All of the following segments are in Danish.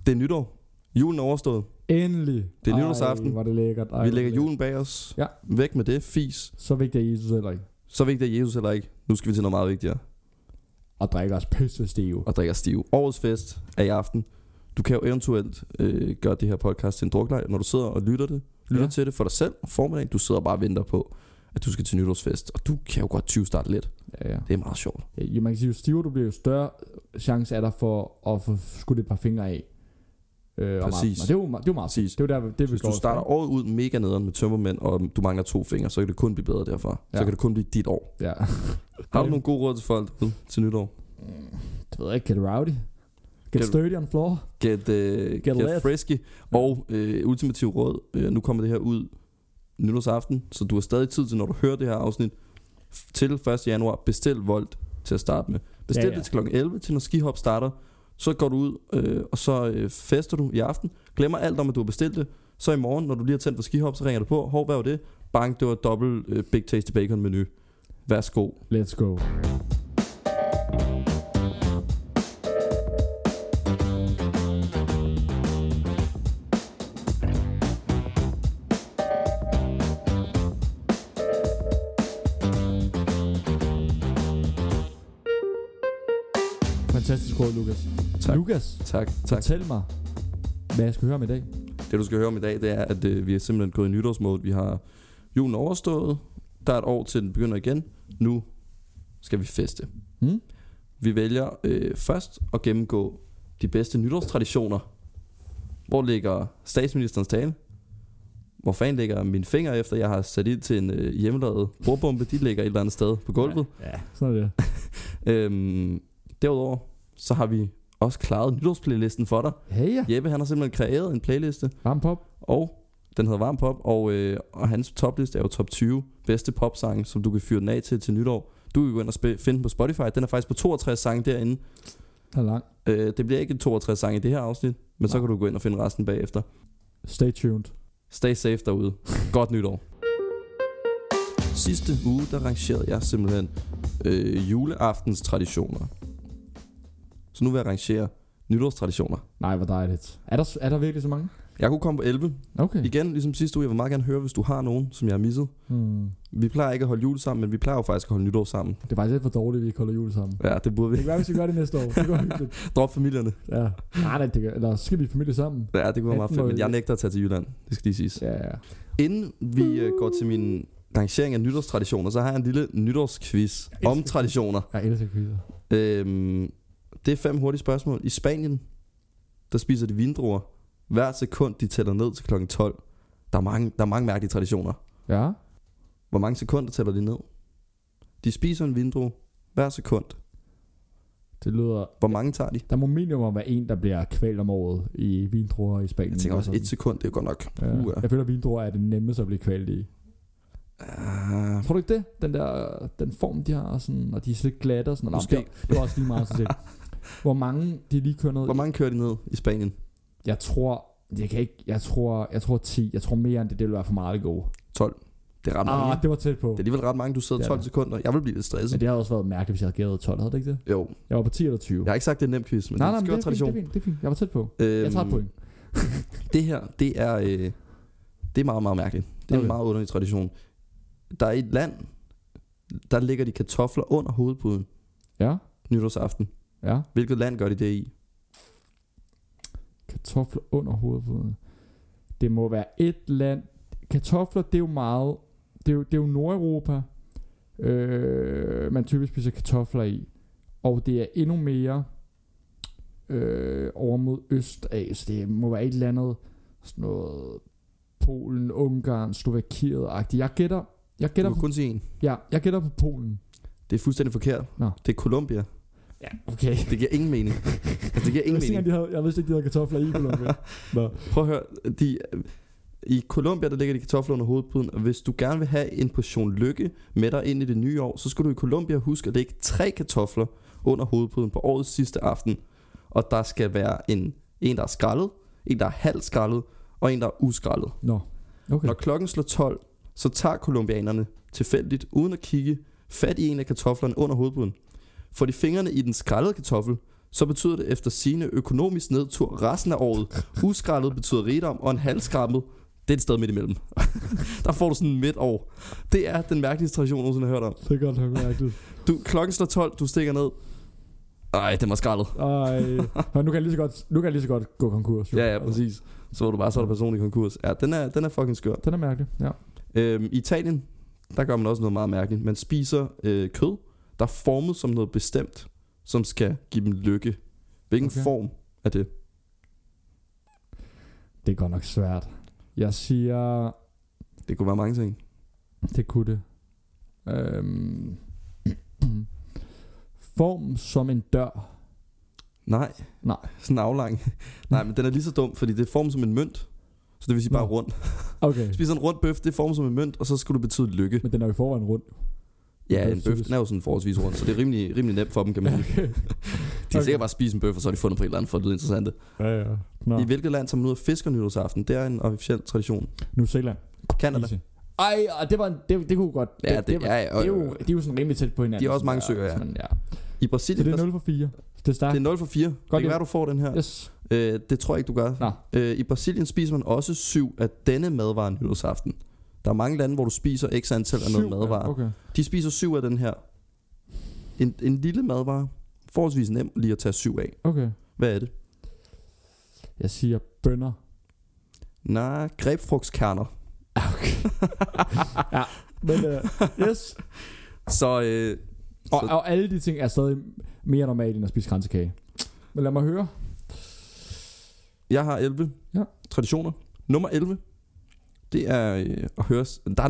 Det er nytår. Julen er overstået. Endelig. Det er nytårsaften. Var det lækkert. Vi lægger julen bag os. Ja. Væk med det. Fis. Så vigtigt er Jesus heller ikke. Så vigtigt er Jesus heller ikke. Nu skal vi til noget meget vigtigere. Og drikker os pisse stive. Og drikker stive. Årets fest er i aften. Du kan jo eventuelt gøre det her podcast til en druklejr, når du sidder og lytter til det for dig selv. Formiddagen, du sidder bare og venter på, at du skal til nytårsfest. Og du kan jo godt 20-starte lidt. Ja. Det er meget sjovt. Ja, man kan sige, jo stivere du bliver, jo større chance er der for at få skudt et par fingre af. Præcis. Det er jo meget præcis. Det er jo der, hvis du starter året ud mega nederen med tømmermænd, og du mangler 2 fingre, så kan det kun blive bedre derfra. Ja. Så kan det kun blive dit år. Ja. Har du nogle gode råd til folk til nytår? Det ved jeg ikke. Get rowdy. Get sturdy on floor. Get frisky. Og ultimativ råd. Nu kommer det her ud nytårsaften, så du har stadig tid til, når du hører det her afsnit, til 1. januar, bestil Volt til at starte med. Bestil det til kl. 11, til når skihop starter. Så går du ud, og så fester du i aften. Glemmer alt om, at du har bestilt det. Så i morgen, når du lige har tændt for skihop, så ringer du på. Hvad var det? Bang, det var dobbelt Big Tasty Bacon menu. Værsgo. Let's go. Fantastisk råd, Lukas. Tak. Lukas, Tak. fortæl mig, hvad jeg skal høre om i dag. Det du skal høre om i dag, det er, at vi er simpelthen gået i nytårsmode. Vi har julen overstået. Der er et år til den begynder igen. Nu skal vi feste. Vi vælger først at gennemgå de bedste nytårstraditioner. Hvor ligger statsministerens tale? Hvor fanden ligger mine fingre, efter jeg har sat ind til en hjemmelavet bordbombe? De ligger et eller andet sted på gulvet. Ja, sådan er det. Derudover så har vi også klaret nytårsplaylisten for dig. Hey, ja. Jeppe, han har simpelthen kreeret en playliste. Varm pop. Og den hedder Varm Pop. Og hans topliste er jo top 20 bedste popsange, som du kan fyre den af til nytår. Du kan gå ind og finde den på Spotify. Den er faktisk på 62 sange derinde. Det er lang. Det bliver ikke 62 sange i det her afsnit, men så kan du gå ind og finde resten bagefter. Stay tuned. Stay safe derude. Godt nytår. Sidste uge, der rangerede jeg simpelthen juleaftens traditioner. Så nu vil jeg rangere nytårstraditioner. Nej, hvor dejligt. Er der virkelig så mange? Jeg kunne komme på 11. Okay. Igen, ligesom sidste uge, jeg vil meget gerne høre, hvis du har nogen, som jeg har misset. Vi plejer ikke at holde jul sammen, men vi plejer jo faktisk at holde nytår sammen. Det er faktisk lidt for dårligt, at vi ikke holder jul sammen. Ja, det burde vi. Det kan være, hvis vi gør det næste år. Det går hyggeligt. Drop familierne. Ja. Nej, det kan. Eller skal vi familie sammen? Ja, det kunne være meget fedt, men jeg nægter at tage til Jylland. Det skal lige siges. Ja. Inden vi går til min rangering af nytårstraditioner, så har jeg en lille nytårsquiz om traditioner. Jeg elsker quizzer. Det er 5 hurtige spørgsmål. I Spanien, der spiser de vindruer hver sekund, de tæller ned til klokken 12. Der er mange mærkelige traditioner. Ja. Hvor mange sekunder tæller de ned? De spiser en vindrue hver sekund. Det lyder... Hvor mange tager de? Der må minimum være en, der bliver kvalt om året i vindruer i Spanien. Jeg tænker også 1 sekund, det er jo godt nok. Ja. Jeg føler, at vindruer er det nemmeste at blive kvalt i. Tror du ikke det? Den form, de har, sådan, og de er så lidt glatte og sådan. Måske. Det var også lige meget så Hvor mange de lige kører ned? Hvor mange kører de ned i Spanien? Jeg tror 10. Jeg tror mere end det vil være for meget gode. 12. Det er ret mange. Det var tæt på. Det er alligevel ret mange, du sidder 12 sekunder. Jeg vil blive lidt stresset. Men det havde også været mærkeligt, hvis jeg havde gæret 12, havde det ikke det? Jo. Jeg var på 10 eller 20. Jeg har ikke sagt, det er en nem quiz, men nej, det er tradition. Det er fint. Jeg var tæt på. Jeg tager et point. Det her, det er meget, meget mærkeligt. Det er en meget underlig tradition. Der er et land, der ligger de kartofler under hovedpuden. Ja. Nytårsaften. Ja. Hvilket land gør de det i? Kartofler under hovedpuden. Det må være et land. Kartofler, det er jo meget... Det er jo Nordeuropa, man typisk spiser kartofler i. Og det er endnu mere over mod østaf. Så det må være et eller andet sådan noget Polen, Ungarn, Slovakiet-agtigt. Jeg gætter du må kun sige en. Ja, jeg gætter på Polen. Det er fuldstændig forkert. Nå. Det er Colombia. Ja, okay. Det giver ingen mening. Det giver ingen mening. Jeg vidste ikke, de havde kartofler i Colombia. Prøv at høre. I Colombia, der ligger de kartofler under hovedpuden. Og hvis du gerne vil have en portion lykke med dig ind i det nye år, så skal du i Colombia huske at lægge 3 kartofler under hovedpuden på årets sidste aften. Og der skal være en der er skrællet, en der er halvt skrællet, og en der er uskrællet. Okay. Når klokken slår 12, så tager colombianerne tilfældigt, uden at kigge, fat i en af kartoflerne under hovedpuden. Får de fingrene i den skrællede kartoffel, så betyder det efter sigende økonomisk nedtur resten af året. Uskrællet betyder rigdom, og en halvskræmmet, det er et sted midt imellem. Der får du sådan midt år. Det er den mærkeligste tradition, jeg nogensinde har hørt om. Det er godt nok mærkeligt. Klokken slår 12, du stikker ned. Ej, den var skrællet. Ej, nu kan jeg lige så godt gå konkurs. Ja, præcis. Så var du bare så er der personlig konkurs. Ja, den er fucking skør. Den er mærkelig, ja. I Italien, der gør man også noget meget mærkeligt. Man spiser kød, der er formet som noget bestemt, som skal give dem lykke. Hvilken form er det? Det er godt nok svært. Jeg siger... Det kunne være mange ting. Det kunne det. Form som en dør. Nej. Sådan aflang. Nej, men den er lige så dum, fordi det er form som en mønt. Så det vil sige bare rund. Okay. Spiser en rund bøf, det er form som en mønt, og så skulle det betyde lykke. Men den er jo i forvejen rund. Ja, en bøf, den er jo sådan forholdsvis rund, så det er rimelig nemt for dem, kan man sige. De kan sikkert bare spise en bøf, og så har de fundet på et eller andet for at lyde interessante. Ja. I hvilket land tager man ud og fisker nytårsaften? Det er en officiel tradition. New Zealand. Canada. Ej, det kunne godt. Ja, de er jo sådan rimelig tæt på hinanden. De har også mange søer, ja. Men, ja. I Brasilien... Så det er 0 for 4. Det er stærkt. Det er 0 for 4. Godt, det kan være, du får den her. Yes. Det tror jeg ikke, du gør. I Brasilien spiser man også 7 af denne madvare nytårsaften. Der er mange lande, hvor du spiser x antal af noget madvare. Okay. De spiser 7 af den her. En lille madvare. Forholdsvis nem lige at tage 7 af. Okay. Hvad er det? Jeg siger bønner. Nej, grebfrugtskerner. Okay. Ja, men yes. Så og alle de ting er stadig mere normalt end at spise kransekage. Men lad mig høre. Jeg har 11 traditioner. Nummer 11. Det er at høre.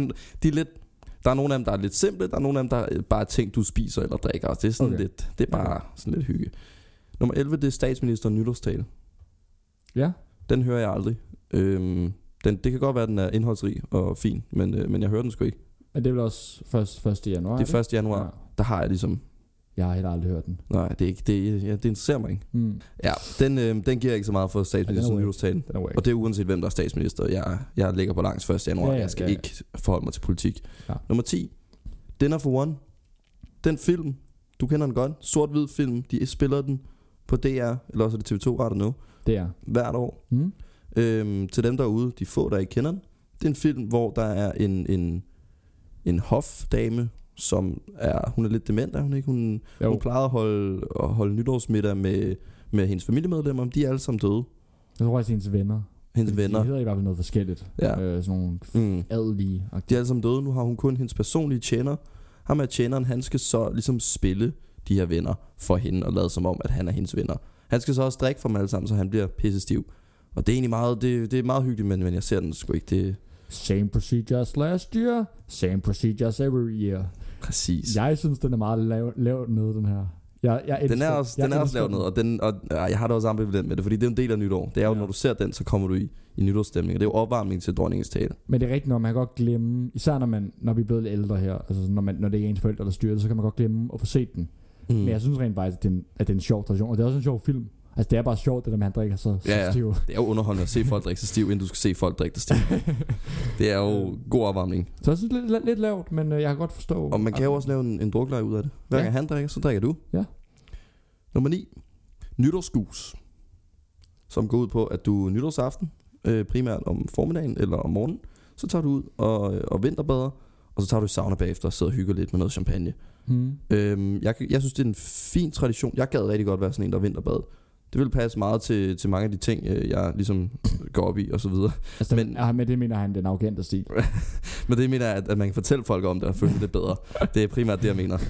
Der er nogle af dem, der er lidt simple. Der er nogle af dem, der er bare ting, du spiser eller drikker. Det er sådan lidt. Det er bare sådan lidt hygge. Nummer 11, det er statsministerens nytårstale. Ja. Den hører jeg aldrig. Det kan godt være, at den er indholdsrig og fin, men jeg hører den sgu ikke. Men det er vel også 1. januar? Det er 1. januar. Ja. Der har jeg ligesom... Jeg har heller aldrig hørt den. Nej, det er ikke det interesserer mig ikke. Ja, den giver ikke så meget for statsministerens nytårstale. Og det er uanset hvem der er statsminister. Jeg ligger på langs 1. januar. Jeg skal ikke forholde mig til politik. Ja. Nummer 10. Dinner for One. Den film, du kender den godt. Sort-hvid film. De spiller den på DR, eller også er det TV2, rettet nu. DR. Hvert år. Til dem derude, de få der ikke kender den. Det er en film, hvor der er en hofdame, som hun er lidt dement, er hun ikke? Hun plejede at holde nytårsmiddag med hendes familiemedlemmer. De er alle sammen døde. Jeg tror også hendes venner. Hendes venner. De hedder i hvert fald noget forskelligt. Ja. Sådan nogle adelige. De er alle sammen døde. Nu har hun kun hendes personlige tjener. Ham er tjeneren, han skal så ligesom spille de her venner for hende og lade som om, at han er hendes venner. Han skal så også drikke for dem alle sammen, så han bliver pissestiv. Og det er egentlig meget, det er meget hyggeligt, men jeg ser den sgu ikke. Det same procedures last year, same procedures every year. Præcis. Jeg synes, den er meget lavt nede, den her. Den er også lavt nede, og jeg har da også ambivalent med det, fordi det er en del af nytår. Det er jo, når du ser den, så kommer du i nytårsstemning, og det er jo opvarmning til dronningens tale. Men det er rigtigt, når man kan godt glemme, især når vi er blevet lidt ældre her, altså når det er ens forældre, der styrer det, så kan man godt glemme at få set den. Men jeg synes rent faktisk, at det er en sjov tradition, og det er også en sjov film. Altså det er bare sjovt, det der med, han drikker så stiv. Det er jo underholdende at se folk drikke så stiv, inden du skal se folk drikke så stiv. Det er jo god opvarmning. Så jeg synes lidt lavt, men jeg kan godt forstå. Og man kan jo også lave en drukleje ud af det. Hver gang han drikker, så drikker du. Ja. Nummer 9. Nytårsskus. Som går ud på, at du nytårsaften, primært om formiddagen eller om morgenen, så tager du ud og vinterbader, og så tager du i sauna bagefter og sidder og hygger lidt med noget champagne. Jeg synes, det er en fin tradition. Jeg gad rigtig godt være sådan en, der vinterbad. Det vil passe meget til mange af de ting, jeg ligesom går op i og så videre. Altså, men det mener han den arrogante stil. Men det mener jeg, at man kan fortælle folk om det og føle det bedre. Det er primært det, jeg mener.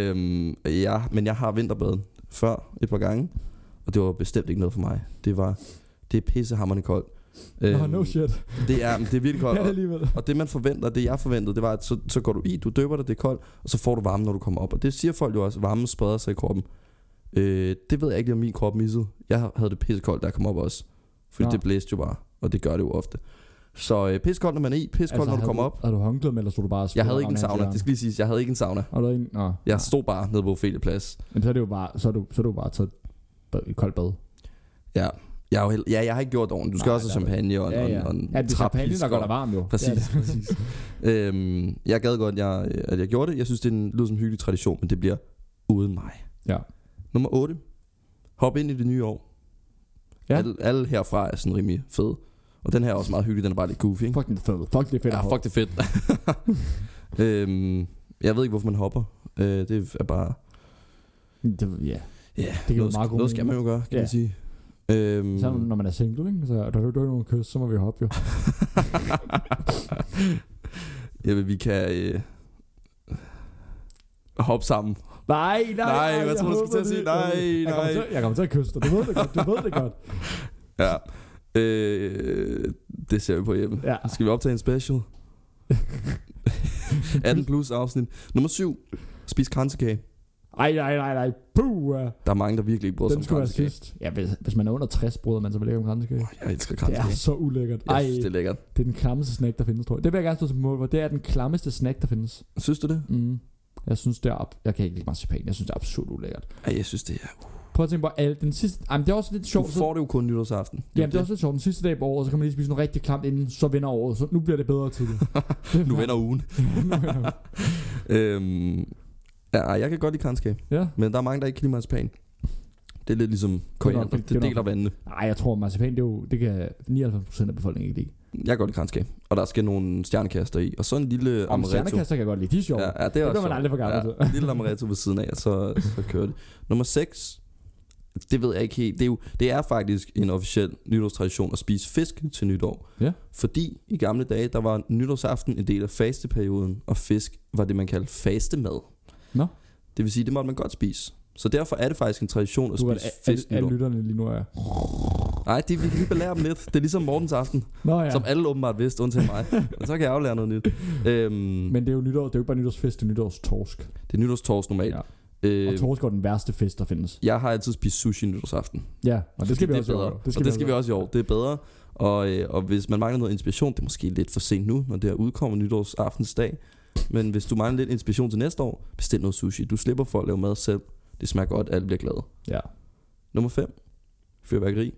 Men jeg har vinterbadet før et par gange, og det var bestemt ikke noget for mig. Det er pissehammerende koldt. No shit. Det er virkelig koldt. Ja, og det man forventer, det jeg forventede, det var, at så går du i, du døber dig, det er koldt, og så får du varme, når du kommer op. Og det siger folk jo også, varmen spreder sig i kroppen. Det ved jeg ikke, om min krop missede. Jeg havde det pissekoldt, da jeg kom op også. Fordi det blæste jo bare, og det gør det jo ofte. Så pissekoldt, når man er i, pissekoldt, når du kommer op. Har du håndklæde med, eller stod du bare? Jeg havde ikke en sauna, det skal lige siges. Jeg havde ikke en sauna. Jeg stod bare nede på Ophelia Plads. Men så er det jo bare, så er du bare taget et koldt bad. Ja. Jeg har ikke gjort det ordentligt. Du skal også have champagne og en det er champagne, der gør dig varm jo. Præcis. Jeg gad godt, at jeg gjorde det. Jeg synes, det lyder som en hyggelig tradition, men det bliver uden mig. Ja. Nummer 8. hop ind i det nye år. Ja. Alle herfra er sådan rimelig fede. Og den her er også meget hyggelig, den er bare lidt goofy, ikke? Fuck det er fedt. Fuck det er fedt. Ja, fuck det er fedt. Jeg ved ikke, hvorfor man hopper. Det er bare... Ja, Ja, det kan meget noget skal man jo gøre, kan man sige. Så når man er single, ikke? Så der er jo ikke nogen kys, så må vi hoppe jo. Jamen, vi kan hoppe sammen. Nej, hvad tror du, skal til at sige? Nej. Jeg kommer til at kysse dig, du ved det godt. Ja. Det ser vi på hjemme. Ja. Skal vi optage en special? 18 plus afsnit. Nummer 7. Spis kransekage. Nej. Puh. Der er mange, der virkelig ikke bryder sig om kransekage. Ja, hvis man er under 60, bryder man så vel ikke om kransekage. Jeg elsker kransekage. Det er så ulækkert. Jeg synes, det er lækkert. Det er den klammeste snack, der findes, tror jeg. Det vil jeg gerne stå til mål for. Det er den klammeste snack, der findes. Synes du det? Jeg synes, det er... Jeg kan ikke lide marcipan. Jeg synes, det er absurd ulækkert. Ej, jeg synes, det er... Prøv at tænke på alt. Den sidste... Jamen, det er også lidt sjovt. Du får det jo kun nytårsaften. Jamen, det er også lidt sjovt. Den sidste dag på året, så kan man lige spise noget rigtig klamt inden, så vinder året. Så nu bliver det bedre til det. Nu vinder ugen. Ja, jeg kan godt lide kransekage. Ja. Men der er mange, der ikke kan lide marcipan. Det er lidt ligesom koriander. Det deler vandene. Nej, jeg tror, marcipan, det kan 99% af befolkningen ikke lide. Jeg kan godt lide kransekage. Og der skal nogle stjernekaster i. Og så en lille amaretto. Stjernekaster kan jeg godt lide. De er sjove. Ja, det er også man aldrig for gammel til. En lille amaretto ved siden af, så kører det. Nummer 6. Det ved jeg ikke helt. Det er faktisk en officiel nytårstradition at spise fisk til nytår. Ja. Fordi i gamle dage, der var nytårsaften en del af fasteperioden. Og fisk var det, man kaldte fastemad. Nå. Det vil sige, det måtte man godt spise. Så derfor er det faktisk en tradition at spise fisk nytår. Alle lytterne lige nu er... Nej, vi kan lige belære dem lidt. Det er ligesom Mortens aften. Nå, ja. Som alle åbenbart vidste, undtagen mig. Og så kan jeg aflære noget nyt. Men det er jo nytår, det er jo ikke bare nytårsfest, det er nytårstorsk. Det er nytårstorsk normalt. Ja. Og torsk er den værste fest, der findes. Jeg har altid spist sushi nytårsaften. Ja, og det skal vi også i år. Det skal vi også i år. Det er bedre. Og hvis man mangler noget inspiration, det er måske lidt for sent nu, når det her udkommer nytårsaftensdag. Men hvis du mangler lidt inspiration til næste år, bestil noget sushi. Du slipper for at lave mad selv. Det smager godt, alle bliver glade. Ja. Nummer 5. Fyrværkeri.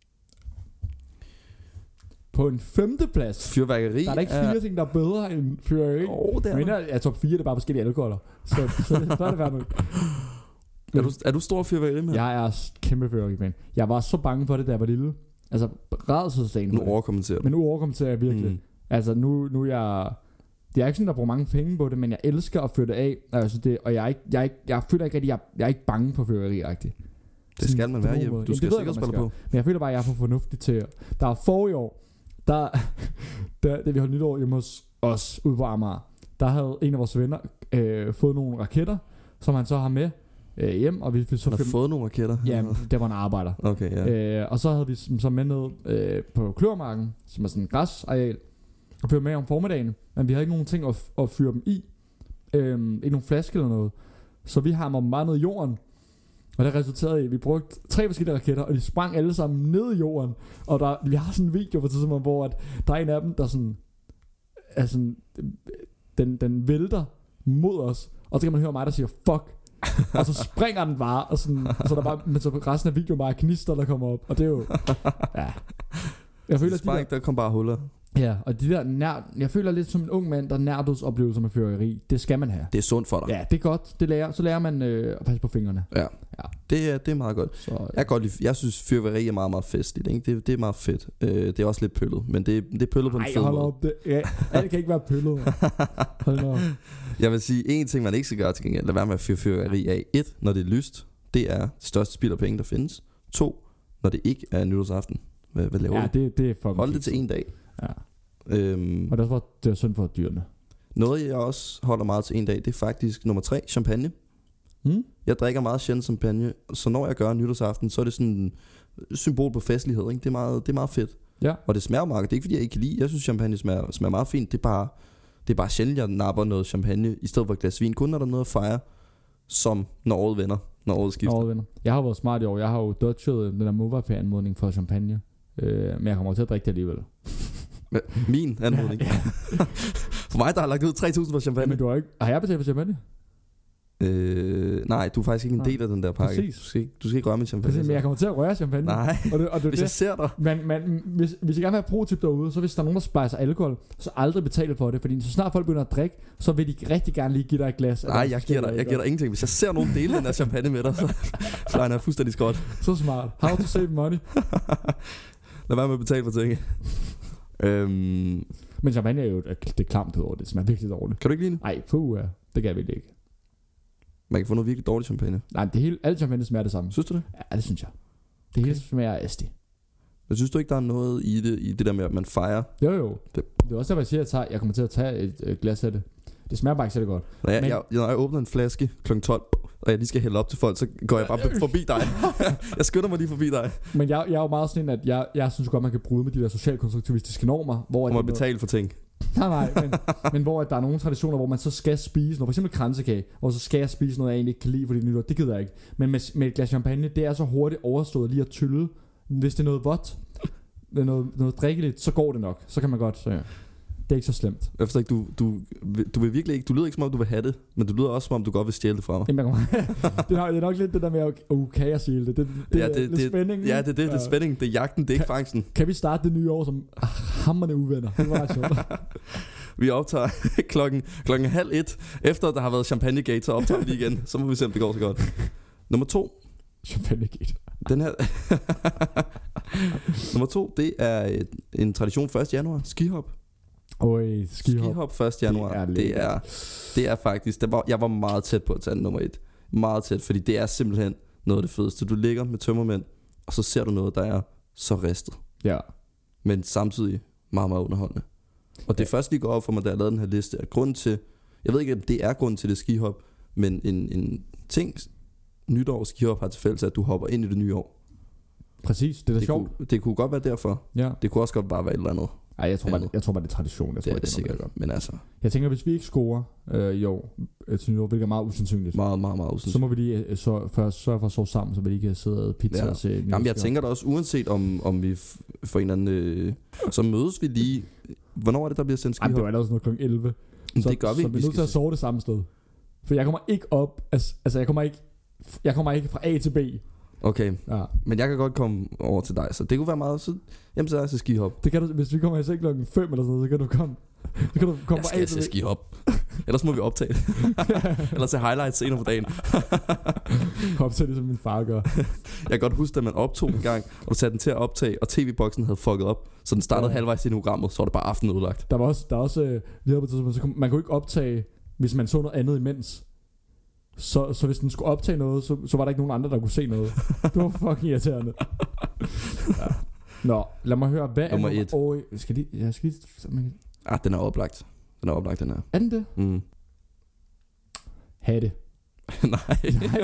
På en 5. plads. Fyrværkeri. Der er der ikke 4 ting, der er bedre end fyrværkeri. Det er jeg top 4, det er bare forskellige alkoholer. Så er det værd. Er du stor fyrværkeri med? Jeg er kæmpe fyrværkeri-fan. Jeg var så bange for det, da jeg var lille. Altså, rædselsdagen. Nu overkommenterer du. Men nu overkommenterer jeg virkelig. Altså, nu er jeg... Det er ikke sådan, der bruger mange penge på det, men jeg elsker at fyre det af. Altså det, og jeg føler ikke rigtig, jeg er ikke bange for fyrværkeri-agtigt. Det skal man være hjemme. Du skal sikkert spille på. Men jeg føler bare, at jeg er for fornuftig til. Der er forrige år, da vi holdt nytår hjemme hos os ude på Amager, der havde en af vores venner fået nogle raketter, som han så har med hjem, og vi så fået nogle raketter. Ja, det var en arbejder. Okay, ja. Og så havde vi så med ned på Kløvermarken, som er sådan en græsareal, og fyre med om formiddagen, men vi havde ikke nogen ting at fyre dem i. Ikke nogen flaske eller noget. Så vi hammer dem bare ned i jorden. Og det resulterede i, at vi brugte 3 forskellige raketter, og de sprang alle sammen ned i jorden. Og vi har sådan en video på tidspunkt, hvor at der er en af dem, der sådan, er sådan, den vælter mod os. Og så kan man høre mig, der siger, fuck. Og så springer den bare, og sådan, så der bare, men så resten af videoen bare er gnister, der kommer op. Og det er jo, ja. Jeg føler, der kom bare huller. Ja, og de der jeg føler lidt som en ung mand, der nærdødsoplevelser med fyrværkeri. Det skal man have. Det er sundt for dig. Ja, det er godt. Så lærer man at passe på fingrene. Ja. Det er meget godt. Så, ja. Jeg synes fyrværkeri er meget, meget festligt, ikke? Det er meget fedt. Det er også lidt pøllet, men det er pøllet på en fed måde. Hold op. Alt kan ikke være pøllet. Hold op. Jeg vil sige, en ting man ikke skal gøre til gengæld, lad være med at fyre fyrværkeri af. 1, når det er lyst. Det er det største spild af penge, der findes. 2, når det ikke er nytårsaften. Hvad laver du? Det er for hold det til en dag. Ja. Og det er synd for dyrene. Noget jeg også holder meget til en dag, det er faktisk nummer 3, champagne. Jeg drikker meget sjældent champagne, så når jeg gør nytårsaften, så er det sådan et symbol på festlighed, ikke? Det er meget fedt. Ja. Og det smager meget. Det er ikke fordi jeg ikke kan lide. Jeg synes champagne smager meget fint. Det er bare sjældent jeg napper noget champagne i stedet for et glas vin. Kun når der er noget at fejre, som når året vender, når året skifter. Jeg har været smart i år. Jeg har jo dodget den der MobilePay-anmodning for champagne. Men jeg kommer til at drikke det alligevel. Min anmodning. For mig, der har lagt ud 3.000 for champagne. Men du har ikke... Har jeg betalt for champagne? Nej, du er faktisk ikke en del af den der pakke. Præcis. Du skal ikke røre min champagne. Præcis, men jeg kommer til at røre champagne. Nej, og det hvis jeg ser dig. Hvis I gerne vil have pro-tip derude, så hvis der er nogen, der splejser alkohol, så aldrig betale for det. Fordi så snart folk begynder at drikke, så vil de rigtig gerne lige give dig et glas. Nej, jeg giver dig ingenting. Hvis jeg ser nogen dele den der champagne med dig, så er jeg fuldstændig skråt. Så smart. How to save money. Lad være med at betale for ting. Men champagne er jo det klamt over. Det smager virkelig dårligt. Kan du ikke lide det? Nej, det kan jeg virkelig ikke. Man kan få noget virkelig dårligt champagne. Nej, alt champagne smager det samme. Synes du det? Ja, det synes jeg. Det hele smager af asti. Men synes du ikke, der er noget i det der med, at man fejrer? Jo. Det er også derfor, jeg siger, at jeg kommer til at tage et glas af det. Det smager bare ikke så godt. Når jeg åbner en flaske kl. 12, og jeg lige skal hælde op til folk, så går jeg bare forbi dig. Jeg skynder mig lige forbi dig. Men jeg er jo meget sådan, at jeg synes godt, man kan bryde med de der socialkonstruktivistiske normer. Hvor man betaler for ting. Nej, men hvor der er nogle traditioner, hvor man så skal spise noget. For eksempel kransekage, hvor så skal jeg spise noget, jeg egentlig ikke kan lide, fordi det nytår. Det gider jeg ikke. Men med et glas champagne, det er så hurtigt overstået lige at tylle. Hvis det er noget vådt, noget drikkeligt, så går det nok. Så kan man godt... Så, ja. Det er ikke så slemt. Jeg forstår ikke, du vil virkelig ikke... Du lyder ikke som om, du vil have det, men du lyder også som om, du godt vil stjæle det fra mig. Jamen, det er nok lidt det der med, kan jeg stjæle det? Det er spænding. Ja, det er spænding. Det er jagten, det er ikke fangsten. Kan vi starte det nye år som hammerne uvenner? Det var ret sjovt. Vi optager klokken 12:30. Efter der har været champagnegate, så optager vi lige igen. Så må vi se, om det går så godt. Nummer 2. Champagnegate. Den her... Nummer 2, det er en tradition 1. januar. Skihop. Skihop 1. januar. Det er faktisk... Jeg var meget tæt på at tage nummer 1. Meget tæt, fordi det er simpelthen noget af det fedeste. Du ligger med tømmermænd, og så ser du noget, der er så ristet. Ja. Men samtidig meget, meget underholdende. Og det først lige går op for mig, da jeg lavede den her liste, er grunden til... Jeg ved ikke, om det er grunden til det skihop, men en ting... Nytår skihop har til fælles, at du hopper ind i det nye år. Præcis, det er da sjovt. Det kunne godt være derfor. Ja. Det kunne også godt bare være et eller andet. Ej, jeg tror bare det er tradition. Det er det sikkert godt, men altså. Jeg tænker, hvis vi ikke scorer i år til nytår, hvilket er meget usandsynligt. Meget usandsynligt. Så må vi lige sørge for at sove sammen, så vi ikke kan sidde og pizza og se. Jamen, jeg tænker da også, uanset om vi for en eller anden... så mødes vi lige... Hvornår er det, der bliver sendt skihop? Jamen, det var allerede sådan noget kl. 11. Det gør vi. Så vi er nødt til at sove det samme sted. For jeg kommer ikke op... Altså, jeg kommer ikke fra A til B. Okay, ja. Men jeg kan godt komme over til dig, så det kunne være meget... Så er jeg til skihop. Det kan du, hvis vi kommer i seng klokken 5 eller sådan noget, så kan du komme fra A til B. Skihop. Ellers må vi optage eller se highlights senere på dagen. Optage det, som min far gør. Jeg kan godt huske, at man optog en gang, og du satte den til at optage, og tv-boksen havde fucket op, så den startede halvvejs i programmet, så var det bare aftenen udlagt. Der var også vi havde på tidspunkt, så man kunne ikke optage, hvis man så noget andet imens. Så hvis den skulle optage noget, så var der ikke nogen andre, der kunne se noget. Det var fucking irriterende. Ja. Nå, lad mig høre, hvad nummer er nummer 1? Skal lige... Den er oplagt. Den er. Er den det? Mm. Ha' det. Nej.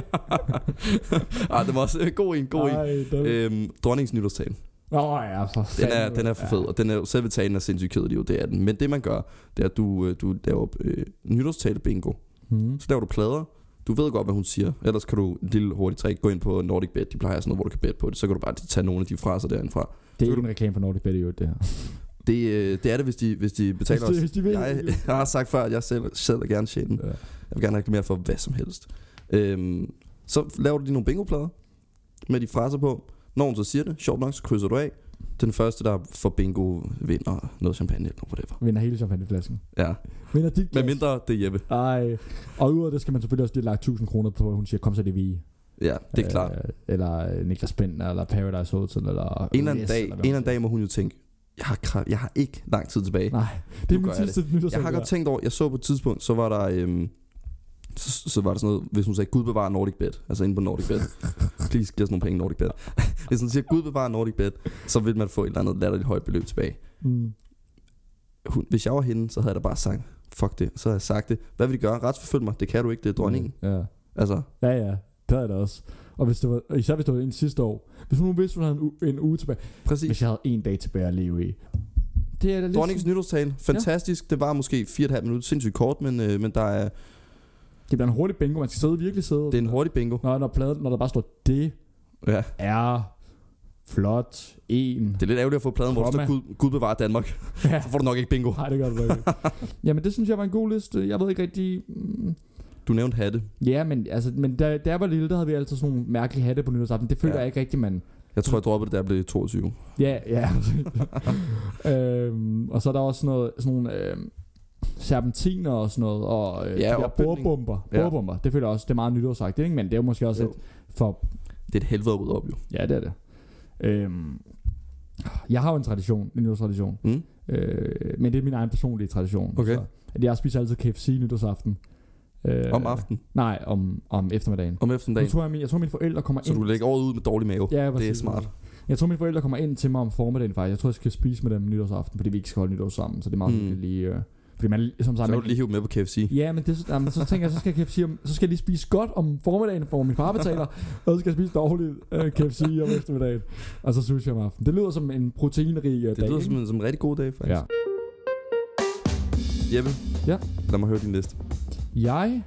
Det var også god en. Dronningens nytårstale. Ja, den er for fed, og den er selve talen er sindssygt kedelig, jo, det er den. Men det man gør, det er at du laver nytårstale bingo. Så laver du plader. Du ved godt, hvad hun siger. Ellers kan du et lille hurtigt trick gå ind på Nordic Bet. De plejer sådan noget, hvor du kan bet på det. Så kan du bare tage nogle af de fraser derindfra. Det er ikke en reklame for Nordic Bet, det her. Det er det, hvis de betaler os. Jeg har sagt før, at jeg selv er gerne sjælen. Ja. Jeg vil gerne reklamere for hvad som helst. Så laver du nogle bingoplader med de fraser på. Når hun så siger det, sjovt nok, så krydser du af. Den første, der får bingo, vinder noget champagne eller whatever. Vinder hele champagneflasken. Ja. Vinder dit glas. Med mindre det er Jeppe. Ej. Og udover det skal man selvfølgelig også lige lagt 1.000 kroner på, hun siger, kom så det vi. Ja, det er klart. Eller Niklas Bentner, eller Paradise Hotel, eller... En eller anden dag må hun jo tænke, jeg har ikke lang tid tilbage. Nej, det er min sidste nytårsdag. Jeg har godt tænkt over, jeg så på et tidspunkt, så var der... Så var der sådan noget, hvis hun sagde Gud bevarer Nordic Bet, altså inde på Nordic Bet. Please giv os nogle penge Nordic Bet. Hvis hun siger Gud bevarer Nordic Bet, så vil man få et eller andet latterligt højt beløb tilbage. Hvis jeg var hende, så havde jeg da bare sagt fuck det. Så havde jeg sagt det. Hvad vil de gøre? Retsforfølg mig. Det kan du ikke, det er dronningen. Ja. Altså. Ja, det havde jeg da også. Og især hvis det var en sidste år. Hvis hun vidste, hun havde en uge tilbage. Præcis. Hvis jeg havde en dag tilbage at leve i. Det er da dronningens nytårstale. Fantastisk. Ja. Det var måske 4,5 minutter. Sindssygt kort, men der er... Det bliver en hurtig bingo. Man skal virkelig sidde. Det er en hurtig bingo. Når der bare står det er flot en. Det er lidt ærgerligt at få pladen, hvor der står Gud bevarer Danmark. Ja. Så får du nok ikke bingo. Nej, det gør du ikke. Jamen det synes jeg var en god liste. Jeg ved ikke rigtig... Du nævnte hatte. Ja, men da jeg var lille, der havde vi altid sådan nogle mærkelige hatte på nytårsaften. Det føler jeg ikke rigtig, man... Jeg tror, jeg droppede det, der blev 22. Ja. Og så er der også sådan nogle serpentiner og sådan noget, og de der bordbomber. Det føler jeg også, det er meget nytårsagtigt, ikke? Men det er jo måske også det er et helvede at rydde op, jo. Ja, det er det. Jeg har jo en nytårstradition. Men det er min egen personlige tradition. Okay. Så, at jeg spiser altid KFC nytårsaften. Om aftenen? Nej, om eftermiddagen. Om eftermiddagen? Jeg tror mine forældre kommer ind. Så du lægger året ud med dårlig mave? Ja, det er smart. Jeg tror mine forældre kommer ind til mig om formiddagen faktisk. Jeg tror jeg skal spise med dem nytårsaften, fordi vi ikke skal holde nytår sammen. Så det er meget hyggeligt lige... Fordi man, som sagt, så vil du lige hive med på KFC. Ja, men så tænker jeg, så skal jeg lige spise godt om formiddagen, for min far betaler. Og så skal jeg spise dårligt KFC om eftermiddagen. Og så sushi om aftenen. Det lyder som en proteinrig dag. Det lyder som en rigtig god dag, faktisk. Ja. Jeppe, lad mig høre din liste. Jeg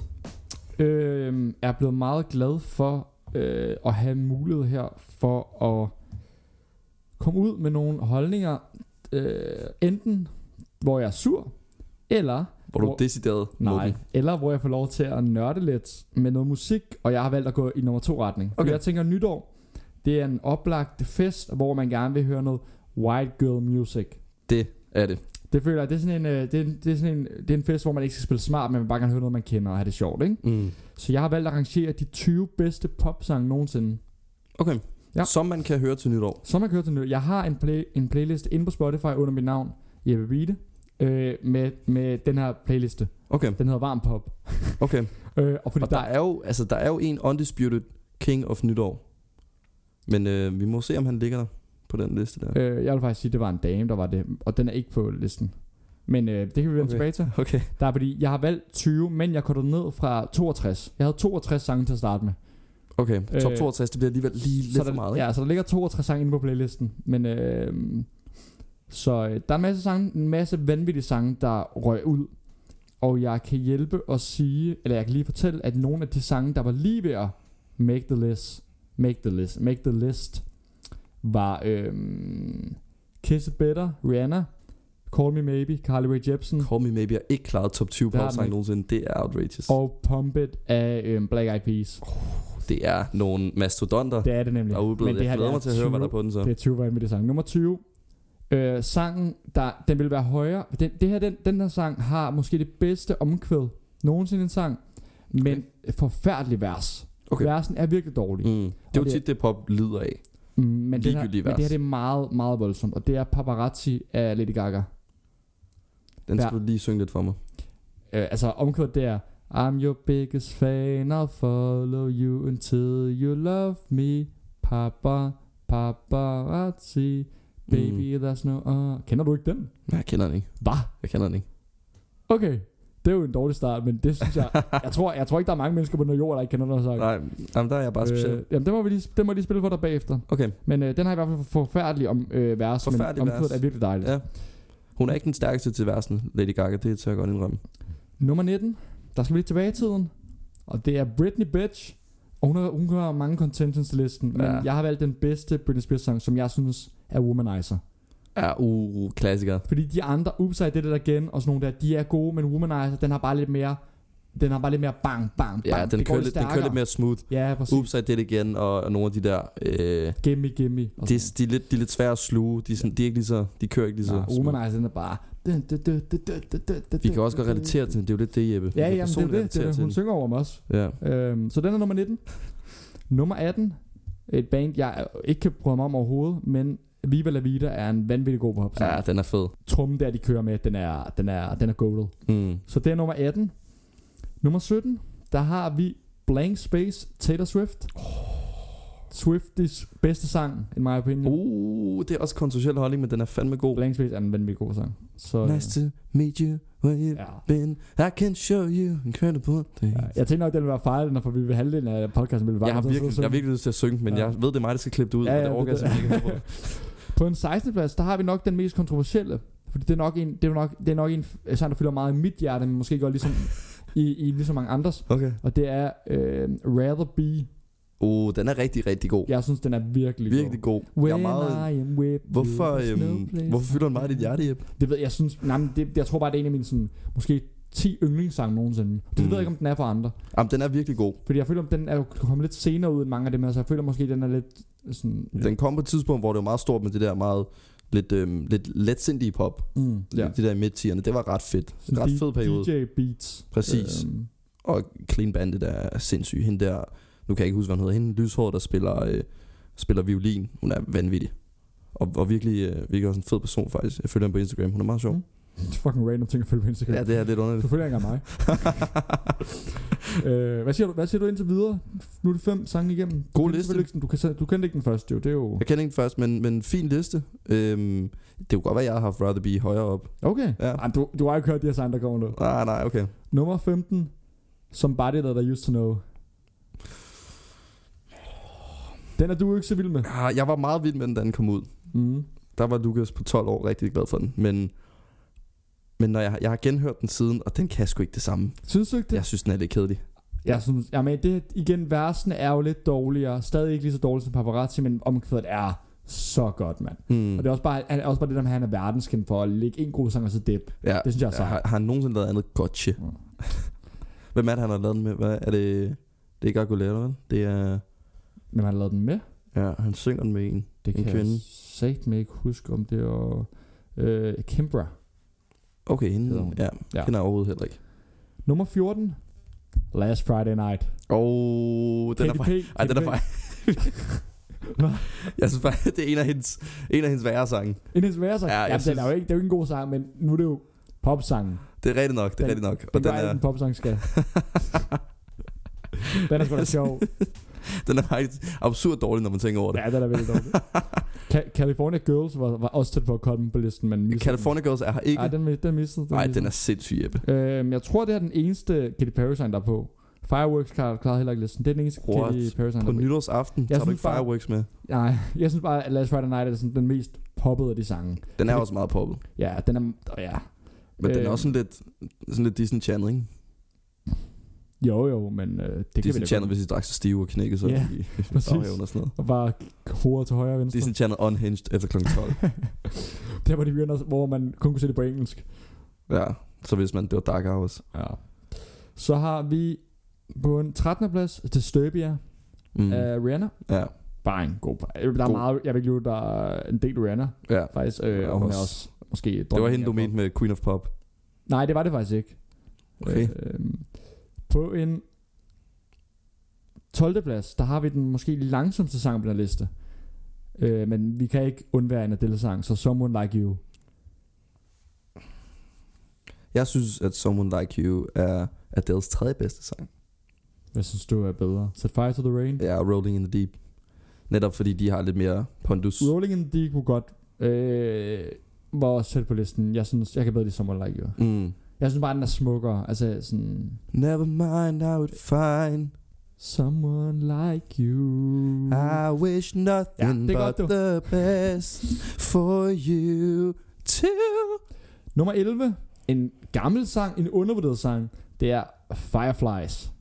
er blevet meget glad for at have mulighed her for at komme ud med nogle holdninger, enten hvor jeg er sur, eller hvor du decideret eller hvor jeg får lov til at nørde lidt med noget musik, og jeg har valgt at gå i nummer 2 retning. Okay. Jeg tænker, nytår, det er en oplagt fest, hvor man gerne vil høre noget white girl music. Det er det. Det føler jeg, det er en fest, hvor man ikke skal spille smart, men man bare kan høre noget, man kender og have det sjovt, ikke? Så jeg har valgt at arrangere de 20 bedste popsange nogensinde. Okay. Ja. Som man kan høre til nytår. Jeg har en playlist inde på Spotify under mit navn, Jeppe Wiede, med den her playliste. Okay. Den hedder Varm Pop. Okay. Og fordi der er jo en undisputed king of nytår. Men vi må se, om han ligger der på den liste der. Jeg vil faktisk sige, det var en dame, der var det, og den er ikke på listen. Men det kan vi vende tilbage til. Okay. Der er fordi, jeg har valgt 20, men jeg kortede ned fra 62. Jeg havde 62 sange til at starte med. Okay, top 62, det bliver alligevel lige lidt for meget, ikke? Ja, så der ligger 62 sange inde på playlisten. Men så der er en masse vanvittige sange, der røg ud. Og jeg kan hjælpe at sige, eller jeg kan lige fortælle, at nogle af de sange, der var lige ved at make the list, var Kiss It Better, Rihanna, Call Me Maybe, Carly Rae Jepsen. Call Me Maybe er ikke klaret top 20 popsang nogensinde. Det er outrageous. Og Pump It af Black Eyed Peas. Det er nogle mastodonter. Det er det nemlig. Men jeg glæder mig til at høre, hvad der er på den så. Det er 20 vanvittige sange. Nummer 20. Sangen, den vil være højere. Den her sang har måske det bedste omkvæd nogensinde en sang, men forfærdelig vers. Okay. Versen er virkelig dårlig. Det er jo tit det pop lider af. Men det her det er meget, meget voldsomt. Og det er Paparazzi af Lady Gaga. Den skal du lige synge lidt for mig. Altså omkvædet det er I'm your biggest fan, I'll follow you until you love me, paparazzi, baby there's no Kender du ikke den? Nej, jeg kender den ikke. Hvad? Jeg kender den ikke. Okay, det er jo en dårlig start, men det synes jeg jeg tror ikke der er mange mennesker på den jord, der ikke kender den her sang. Nej, jamen der er jeg bare speciel. Jamen den må lige spille for dig bagefter. Okay. Men den har i hvert fald forfærdelig vers, men omkvædet er virkelig dejligt. Ja. Hun er ikke den stærkeste til versen, Lady Gaga, det tør jeg godt indrømme. Nummer 19, der skal vi lige tilbage i tiden, og det er Britney Bitch. Og hun har mange contentions til listen, men jeg har valgt den bedste Britney Spears sang, som jeg synes er Womanizer. Ja, klassiker. Fordi de andre, Oops, I Did It Again og sådan nogle der, de er gode, men Womanizer, den har bare lidt mere bang, bang, bang. Ja, den kører lidt mere smooth. Ja, præcis. Oops, I Did It Again og nogle af de der Gimme. De er lidt svære at sluge. De kører ikke lige så. Womanizer, den er bare vi kan også godt relatere til den. Det er jo lidt det, Jeppe. Ja, jamen, det er det. Hun synger over mig også. Ja. Så den er nummer 19. Nummer 18. Et band, jeg ikke kan prøve mig om overhovedet, men Viva La Vida er en vanvittig god pop. Ja, den er fed. Trummen der, de kører med, den er goated. Så det er nummer 18. Nummer 17, der har vi Blank Space, Taylor Swift. Swifties bedste sang, in my opinion. Det er også kontroversiel holdning, men den er fandme god. Blank Space er en vanvittig god sang. Så, nice to meet you, where you've been. I can show you incredible things. Ja, jeg tænker nok, den vil være fejl, når vi vil halvdelen af podcasten vil være. Jeg har virkelig lyst til at synge, men jeg ved, det er mig, der skal klippe det ud, og det overgår jeg ikke på. På en 16. plads, der har vi nok den mest kontroversielle. Fordi det er nok en sang, der fylder meget i mit hjerte, men måske godt ligesom i lige så mange andres. Okay. Og det er Rather Be. Den er rigtig, rigtig god. Jeg synes, den er virkelig god. Jeg er meget... Hvorfor fylder den meget i dit hjerte, Jeppe? Det ved jeg synes... jeg tror bare, det er en af mine sådan, måske 10 yndlingssange nogensinde. Det ved jeg ikke, om den er for andre. Jamen, den er virkelig god. Fordi jeg føler, om den er jo kommet lidt senere ud end mange af dem, så jeg føler måske, den er lidt sådan... Den kom på et tidspunkt, hvor det var meget stort med det der meget lidt letsindige pop. Ja. Det der i midt-tierne, det var ret fedt. En ret fed periode. DJ Beats. Præcis. Og Clean Bandit, der er sindssyg. Hende der, nu kan jeg ikke huske, hvad hun hedder. Hende lyshåret, der spiller violin. Hun er vanvittig. Og virkelig også en fed person faktisk. Jeg følger hende på Instagram. Hun er meget sjov. Det er fucking random ting at følge på Instagram. Ja, det er lidt underligt. Du følger ikke af mig. Hvad siger du indtil videre? Nu er det 5 sange igennem. God liste. Du kendte ikke den første, jo. Det er jo... Jeg kendte ikke den første, men fin liste. Det kunne godt være, jeg har haft Rather Be højere op. Okay. Ja. Ej, du har ikke hørt de her sange, der kommer nu. Nej, okay. Nummer 15. Somebody That I Used To Know. Den er du ikke så vild med. Jeg var meget vild med den, da den kom ud. Der var Lukas på 12 år rigtig glad for den. Men når jeg har genhørt den siden, og den kan sgu ikke det samme. Synes du ikke det? Jeg synes, den er lidt kedelig. Jeg synes, det igen, versene er jo lidt dårligere. Stadig ikke lige så dårligt som Paparazzi, men omkvædet er så godt, mand. Og det er også bare det der med, at han er verdenskendt for at lægge en god sang og så dip. Ja, det synes jeg er sejt. Har han nogensinde lavet andet gotcha? Hvem er det, han har lavet den med? Hvad er det? Det er ikke Aguilera, vel? Det er... Hvem har lavet den med? Ja, han synger den med en. Det kan kvinde. jeg satme ikke huske, om det var Kimbra. Okay, hende. Ja, kender jeg overhovedet heller ikke. Nummer 14. Last Friday Night. Den er faktisk... Ej, den er faktisk... Jeg synes faktisk, det er en af hendes værre sange. En af hendes værre sange? Ja, den er jo ikke, det er jo ikke en god sang, men nu er det jo popsangen. Det er rigtigt nok, Og den er en popsang skal. Den er sgu da sjov. Den er faktisk absurd dårlig, når man tænker over det. Ja, den er virkelig dårlig. California Girls var også tæt på at komme på listen, men California Girls er her ikke. Nej, den mistede. Nej, den er sindssyg, Jeppe. Jeg tror, det er den eneste Katy Perry sang, der er på. Fireworks klarede heller ikke listen. Det er den eneste Katy Perry sang, på nytårsaften tager du ikke Fireworks med? Nej, jeg synes bare, at Last Friday Night er sådan den mest poppede af de sange. Den er også meget poppet. Ja, den er... Ja. Men den er også sådan lidt Disney Channel, ikke? Jo, men det Disney Channel, hvis I drak så stive og knækkede så i baghaven og sådan noget. Og bare hovedet til højre og venstre. Disney Channel unhinged efter kl. 12. Der var de begynder, hvor man kun kunne se det på engelsk. Ja, så hvis man, det var Dark Hours. Ja. Så har vi på en 13. plads Disturbia af Rihanna. Ja. Bare en god. Der er meget, jeg vil ikke lide, der er en del Rihanna. Ja. Faktisk, og hun er også måske... Det var hende, du mente med Queen of Pop. Nej, det var det faktisk ikke. Okay. På en 12. plads, der har vi den måske langsomste sang på den liste. Men vi kan ikke undvære en Adele-sang, så Someone Like You. Jeg synes, at Someone Like You er Adeles 3. bedste sang. Hvad synes du er bedre? Set Fire to the Rain? Ja, Rolling in the Deep. Netop fordi de har lidt mere pondus. Rolling in the Deep kunne godt var selv på listen. Jeg synes, jeg kan bedre lide Someone Like You. Jeg synes bare, den er smukkere. Altså sådan... Never mind, I would find someone like you. I wish nothing but the best for you too. Nummer 11. En gammel sang, en undervurderet sang. Det er Fireflies.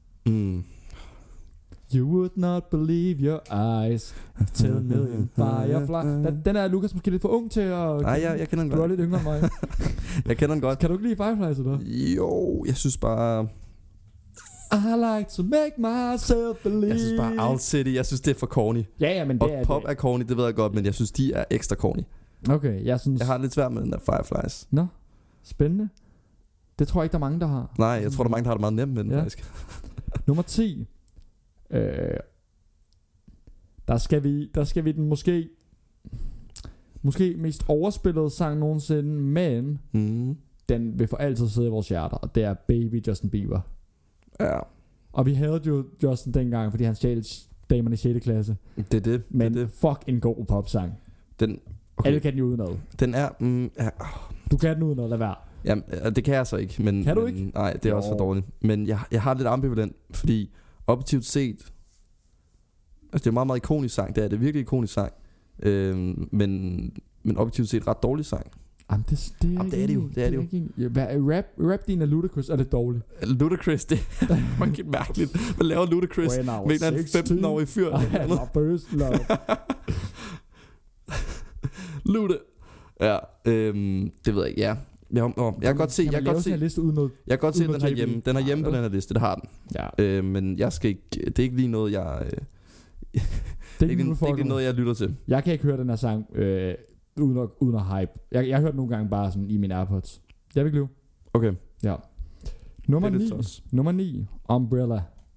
You would not believe your eyes. 10 million fireflies. Den er Lukas måske lidt for ung til at... Nej, jeg kender den godt. Du er lidt yngre end mig. Jeg kender den godt. Kan du ikke lide Fireflies eller? Jo, jeg synes bare... I like to make myself believe. Jeg synes bare Owl City, jeg synes det er for corny. Ja, men det og er pop det. er corny, det ved jeg godt, men jeg synes de er ekstra corny. Okay, jeg synes... Jeg har lidt svært med den der Fireflies. Nå, spændende. Det tror jeg ikke, der er mange, der har. Nej, jeg tror, der er mange, der har det meget nemt med den, faktisk. Nummer 10. Der skal vi den måske mest overspillede sang nogensinde, men den vil for altid sidde i vores hjerter, og det er Baby Justin Bieber. Ja. Og vi havde jo Justin dengang, fordi han stjal damerne i 6. klasse. Det er det. Men det er det. Fuck en god popsang. Den, okay. Alle kan den jo udenad. Den er... Du kan den udenad, lad være. Jamen, det kan jeg så ikke. Men, kan du ikke? Nej, det er også for dårligt. Men jeg har lidt ambivalent, fordi objektivt set... Altså, det er en meget, meget ikonisk sang. Det er virkelig ikonisk sang. Men objektivt set ret dårlig sang. Jamen, det er det jo. Det er det jo. Rap din er Ludacris, er det dårligt? Ludacris, det er fucking mærkeligt. Hvad laver Ludacris med en eller anden 15-årig fyr? Luda. Ja, det ved jeg ikke. Ja, Jeg kan godt se, jeg kan godt se, at den har hjemme. Den har hjemme på den her liste, det har den. Ja. Men jeg skal ikke, det er ikke lige noget, jeg... det er ikke lige noget, jeg lytter til. Jeg kan ikke høre den her sang uden at hype. Jeg har hørt nogle gange bare sådan i mine AirPods. Jeg vil ikke lyve. Okay. Ja. Nummer 9. Umbrella.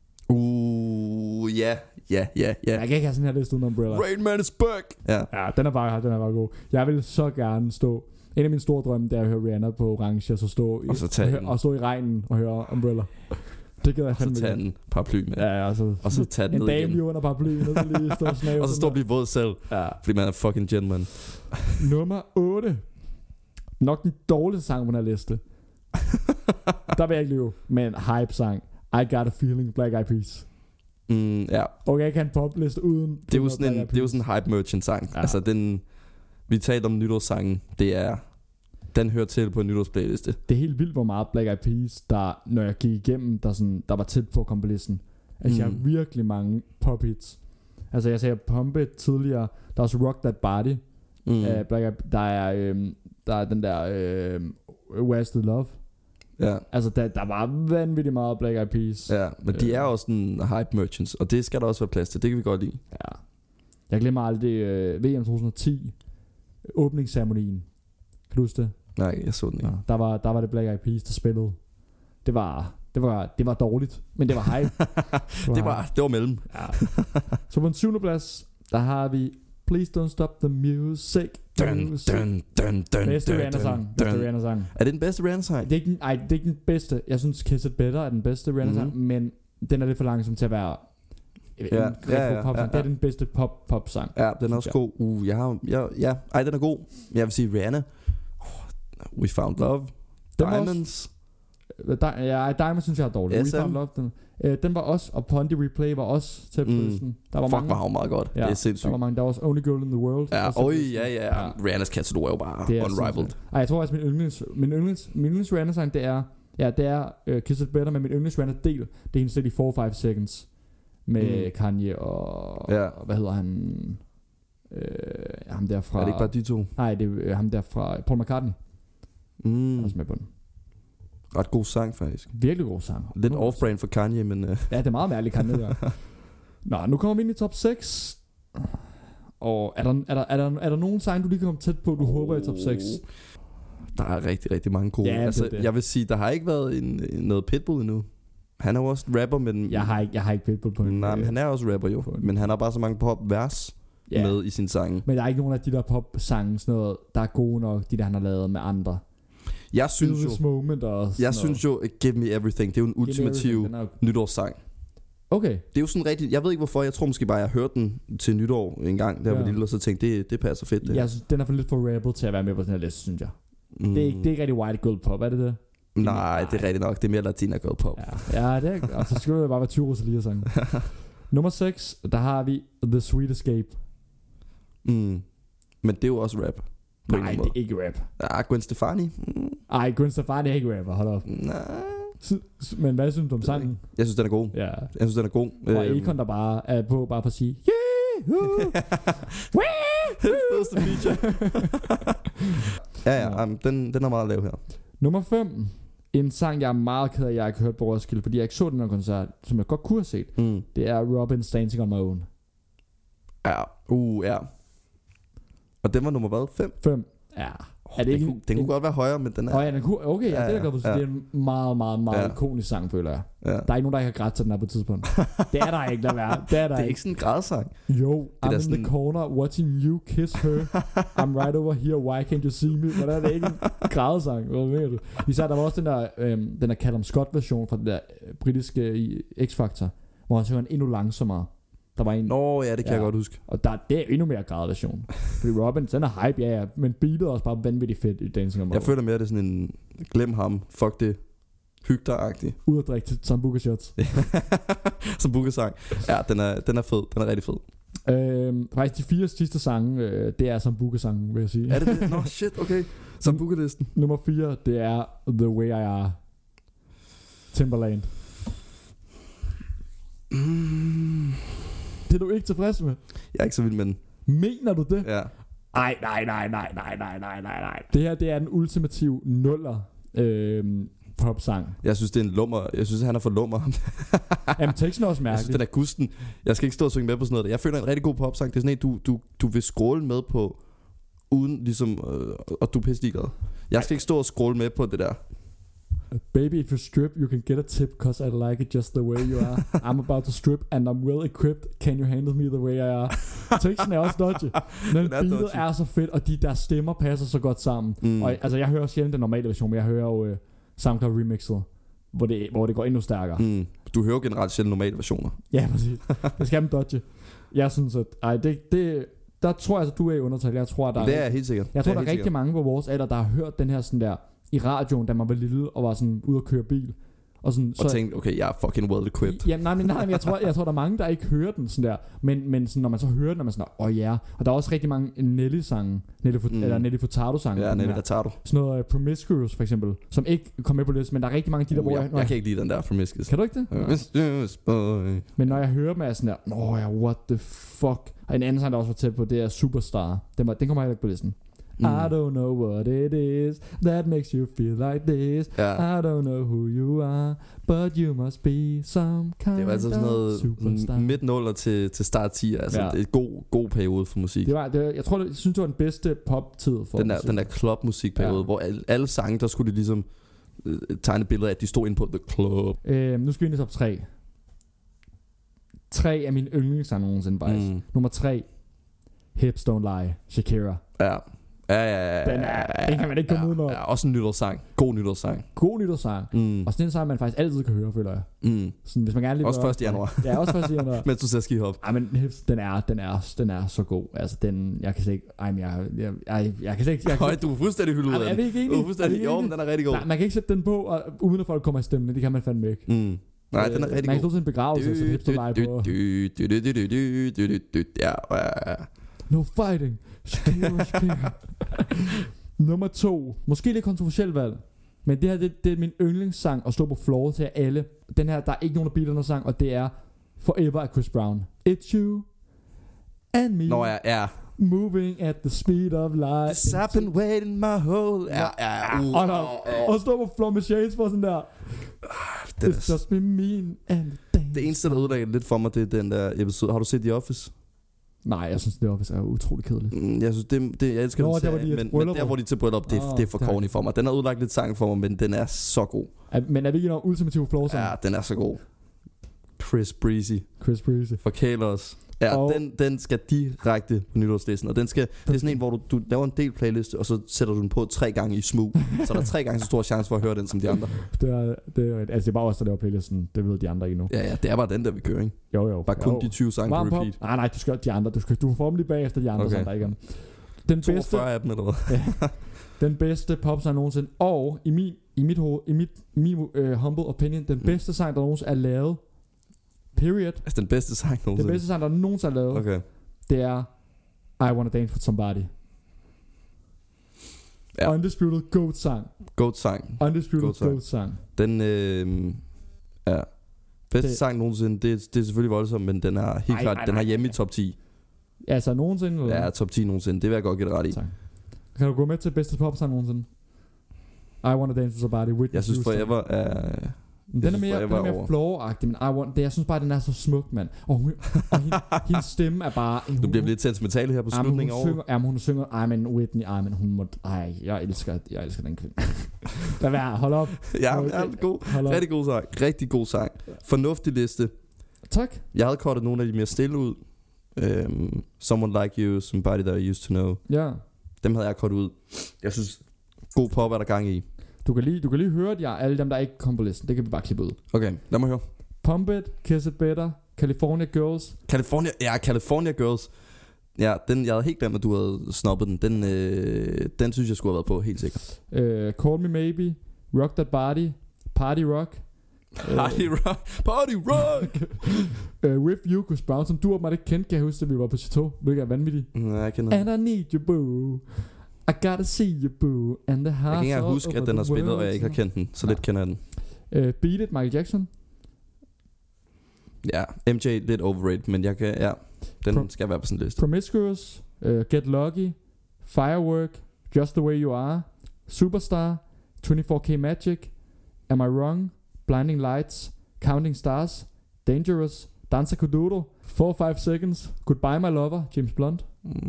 Ja. Jeg kan ikke have sådan her liste uden Umbrella. Rain Man is back. Ja, den er bare god. Jeg vil så gerne stå. En af mine store drømme, det er at høre Rihanna på orange, og så stå i regnen og høre Umbrella. Det gider jeg fandme. Og så tage en paraply med. Ja, og så tage den ned igen. En dame lige under paraplyen, og så lige stå og snave. Og så stå og blive våd selv. Ja. Fordi man er fucking gentleman. Nummer 8. Nok den dårligste sang på den her liste. Der vil jeg ikke lyve. Men hype sang. I Got a Feeling, Black Eyed Peas. Ja. Okay, jeg kan en popliste uden. Det er jo sådan en hype merchant sang. Ja. Altså vi talte om nytårssangen. Den hører til på en nytårsplayliste. Det er helt vildt, hvor meget Black Eyed Peas, der, når jeg gik igennem, der var tæt på at komme på listen. Altså, jeg har virkelig mange pop hits. Altså, jeg sagde Pump It tidligere. Der er også Rock That Body. Black Eyed, der er den der Where's the Love. Ja. Altså, der var vanvittigt meget Black Eyed Peas. Ja, men de er også en hype merchants, og det skal der også være plads til. Det kan vi godt lide. Ja. Jeg glemmer aldrig VM 2010 åbningsceremonien. Kan du huske det? Nej, jeg så den ikke. Ja, der var det Black Eyed Peas, der spillede. Det var dårligt, men det var hype. det var mellem. Ja. Så på en 7. plads, der har vi Please Don't Stop the Music. Bedste Rihanna-sang. Er det den bedste Rihanna-sang? Det er ikke den bedste. Jeg synes Kiss It Better er den bedste Rihanna-sang, men den er lidt for langsom til at være pop-sang. Det er den bedste pop-sang. Ja, den er også god. Den er god. Jeg vil sige Rihanna. We Found Love. Diamonds. Diamonds synes jeg er dårlig. We Found Love. Den var også, og Pondy Replay var også til listen. Var jo meget godt. Det er sindssygt. Der var mange. Der var også Only Girl in the World. Ja, Rihannas katalog er jo bare unrivaled. Jeg tror også min yndlings Rihanna-sang, det er Kiss It Better, men min yndlings Rihanna-del, det er hendes del i 4-5 Seconds. Med Kanye og hvad hedder han? Ham der fra... Er det ikke bare de to? Nej, det er ham der fra Paul McCartney. Også med på den. Ret god sang faktisk. Virkelig god sang. Lidt off-brand for Kanye, men... Ja, det er meget mærkeligt Kanye der. Nå, nu kommer vi ind i top 6. Og er der nogen sang, du lige kan komme tæt på, du håber i top 6? Der er rigtig, rigtig mange gode. Ja, det. Jeg vil sige, der har ikke været noget Pitbull endnu. Han er jo også rapper, men... Jeg har ikke Pitbull på den. Nej, men han er også rapper jo. Men han har bare så mange pop-vers med i sin sang. Men der er ikke nogen af de der pop-sange, sådan noget, der er gode nok, de der han har lavet med andre. Jeg synes jo Give Me Everything, det er jo en ultimativ nytårssang. Okay. Det er jo sådan rigtigt. Jeg ved ikke hvorfor. Jeg tror måske bare jeg hørte den til nytår en gang der var lille, og så tænkte det passer fedt det. Jeg synes den er for lidt for rappet til at være med på den her liste, synes jeg. Det er ikke rigtig white girl pop, er det det? Nej, det er rigtigt nok. Det er mere latina girl pop. Ja, det er. Og så skulle det bare være 20 Rosalia sange. Nummer 6, der har vi The Sweet Escape. Men det er jo også rap. Nej, det er ikke rap. Ja, Gwen Stefani. Nej, Gwen Stefani er ikke rapper. Hold op. Nej. Men hvad synes du om sangen? Jeg synes den er god. Ja. Jeg synes den er god. Og Akon der bare er på bare for at sige Fedeste feature. Den er meget lav her. Nummer 5. En sang jeg er meget ked af jeg ikke hørt på Roskilde, fordi jeg ikke så den her koncert, som jeg godt kunne have set. Det er Robin's Dancing on My Own. Ja. Og den var nummer hvad? 5? Ja. Den kunne godt være højere, men den er... den kunne... Okay, det er godt. Det er en meget, meget, meget ikonisk sang, føler jeg. Ja. Der er ikke nogen, der ikke har grædt til den her på et tidspunkt. Det er der ikke, lad være. Det er ikke sådan en grædsang. Jo, I'm in the corner watching you kiss her. I'm right over here, why can't you see me? Hvordan er det ikke en grædsang? Hvad mener du? Især der var også den der Callum Scott version fra den der britiske X-Factor, hvor han synger en endnu langsommere. Der var en... det kan jeg godt huske. Og det er endnu mere grad version. Fordi Robin, den er hype, men beatet er også bare vanvittigt fedt i Dancing on My Own. Jeg føler mere, det er sådan en glem ham, fuck det, hyg dig-agtig. Ud at drikke til Sambuca shots. Sambuca-sang. Ja, den er fed. Den er rigtig fed. Faktisk de 4 sidste sange, det er Sambuca-sangen, vil jeg sige. Er det det? Shit, okay. Sambuca-listen. Nummer 4, det er The Way I Are. Timbaland. Det er du ikke tilfreds med? Jeg er ikke så vild med den. Mener du det? Ja. Nej. Det her, det er den ultimative nuller popsang. Jeg synes, det er en lummer. Jeg synes, han er for lummer. Jamen, teksten er også mærkelig. Jeg synes, den er gusten. Jeg skal ikke stå og synge med på sådan noget. Jeg føler en rigtig god popsang. Det er sådan en, du vil scrolle med på, uden ligesom, og du er pisse ligeglad. Jeg skal ikke stå og scrolle med på det der. Baby, if you strip, you can get a tip, cause I like it just the way you are. I'm about to strip, and I'm well equipped. Can you handle me the way I are? Teksten er også dodgy. Men beatet er så fedt, og de der stemmer passer så godt sammen. Og altså, jeg hører sjældent den normale version, men jeg hører jo SoundCloud remixet, hvor det går endnu stærkere. Du hører generelt sjældent normale versioner. Ja, præcis. Det skal man dodge. Jeg synes, at der tror jeg, at du er i undertal. Jeg tror, der det er helt sikkert. Jeg tror, der er rigtig mange på vores alder, der har hørt den her sådan der i radioen, da man var lille og var sådan ude at køre bil. Og tænkte, okay, jeg er fucking well equipped. Ja, nej, jeg tror, der er mange, der ikke hører den sådan der. Men sådan, når man så hører den, er man sådan, ja. Og der er også rigtig mange Nelly-sange, eller Nelly Furtado-sange. Ja, Nelly Furtado. Sådan noget Promiscuous for eksempel, som ikke kom med på listen, men der er rigtig mange af de der, hvor jeg kan ikke lide den der Promiscuous. Kan du ikke det? Men når jeg hører dem, er jeg sådan der, what the fuck. Og en anden sang, der også var tæt på, det er Superstar. Den kommer heller ikke på listen. I don't know what it is that makes you feel like this. I don't know who you are, but you must be some kind of superstar. Det var altså sådan noget midt-nuller til start 10. Altså det er en god periode for musik. Jeg synes det var den bedste pop-tid for den der club-musikperiode, hvor alle sange, der skulle de ligesom tegne billeder af, at de stod inde på The Club. Nu skal vi ind i top 3. 3 af mine yndlingssange nogensinde faktisk. Nummer 3, Hips Don't Lie, Shakira. Ja. Den kan man ikke komme ud med. Ja, også en nytårssang. God nytårssang. Og sådan en sang, man faktisk altid kan høre, føler jeg. Sådan, hvis man gerne lige også 1. januar. Ja, også 1. januar. Mens du ser skihop. Ej, men Hips, den er så god. Altså, jeg kan slet ikke... Jeg kan slet ikke... Høj, du er fuldstændig hyldet ud af den. Er vi ikke enige? Jo, men den er rigtig god. Nej, man kan ikke sætte den på, uden at folk kommer i stemmen. Det kan man fandme ikke. Nej, den er rigtig god. Man kan stå til en begravelse, så Hips Don't Lie på. Ja. No fighting. Shakira. Nummer 2. Måske lidt kontroversielt valg, men det her det er min yndlingssang at stå på floor til alle. Den her, der er ikke nogen af Beatlerne sang, og det er Forever af Chris Brown. It's you and me. Nå ja. Moving at the speed of light. I've been waiting my whole... Og stå på floor med shades for sådan der. It's just me and the det eneste, der ødelægger lidt for mig, det er den der episode. Har du set The Office? Nej, jeg synes The Office er utrolig kedeligt. Jeg synes jeg elsker den serie, men der hvor de til bryllup, det er for corny for mig. Den har udlagt lidt sang for mig, men den er så god. Men er det ikke en ultimativ floor sang? Ja, den er så god. Chris Breezy. Forkæler os. Ja, den skal direkte på nytårslisten. Og det er sådan en, hvor du laver en del playlist, og så sætter du den på 3 gange i smug. Så der er 3 gange så stor chance for at høre den som de andre. Det er bare os, der laver playlisten. Det ved de andre ikke nu. Ja, det er bare den, der vi kører, ikke? Jo. Bare kun de 20 sange på repeat. Nej, du skal de andre. Du får dem lige bagefter de andre, der ikke er. Den bedste 42 af dem, eller hvad? Den bedste popsang nogensinde. Og i mit humble opinion, den bedste sang, der nogensinde er lavet. Period. Altså den bedste sang nogensinde. Den bedste sang, der nogensinde er lavet. Okay. Det er I Wanna Dance With Somebody. Ja. Undisputed GOAT sang. Undisputed GOAT sang. Den bedste sang nogensinde. Det er selvfølgelig voldsomt, men den er helt klart. Den har hjemme i top 10. Altså nogensinde eller? Ja, top 10 nogensinde. Det vil jeg godt give det ret i. Kan du gå med til bedste popsang nogensinde? I Wanna Dance With Somebody. Jeg synes Forever er... Den er mere floor-agtig, men jeg synes bare, den er så smuk, mand. Og hendes stemme er bare... Du bliver lidt sentimental her på slutningen over. Hun synger, men Whitney, men hun må... jeg elsker den kvinde. Lad være, hold op. Ja, god. Rigtig god sang. Fornuftig liste. Tak. Jeg havde kortet nogle af de mere stille ud. Someone Like You, Somebody That I Used To Know. Ja. Dem havde jeg kortet ud. Jeg synes, god pop er der gang i. Du kan lige høre, at alle dem, der ikke kom på listen. Det kan vi bare klippe ud. Okay, lad mig høre. Pump It, Kiss It Better, California Girls. California Girls. Ja, jeg havde helt glemt, at du havde snobbet den. Den synes jeg skulle have været på, helt sikkert. Call Me Maybe, Rock That Body, Party Rock. Party Rock. With You, Chris Brown, som du og mig ikke kendte, kan jeg huske, at vi var på Chateau. Hvilket er vanvittigt. Nej, jeg kender And I Need You Boo. I gotta see you boo and the heart. Jeg kan ikke engang huske, at den har spillet, og jeg ikke har kendt den. Så lidt kender jeg den. Beat It, Michael Jackson. Ja, MJ lidt overrated, men jeg kan, den skal være på sådan en liste. Promiscuous, Get Lucky, Firework, Just the Way You Are, Superstar, 24K Magic, Am I Wrong, Blinding Lights, Counting Stars, Dangerous, Danza Kuduro, 4-5 Seconds, Goodbye My Lover, James Blunt,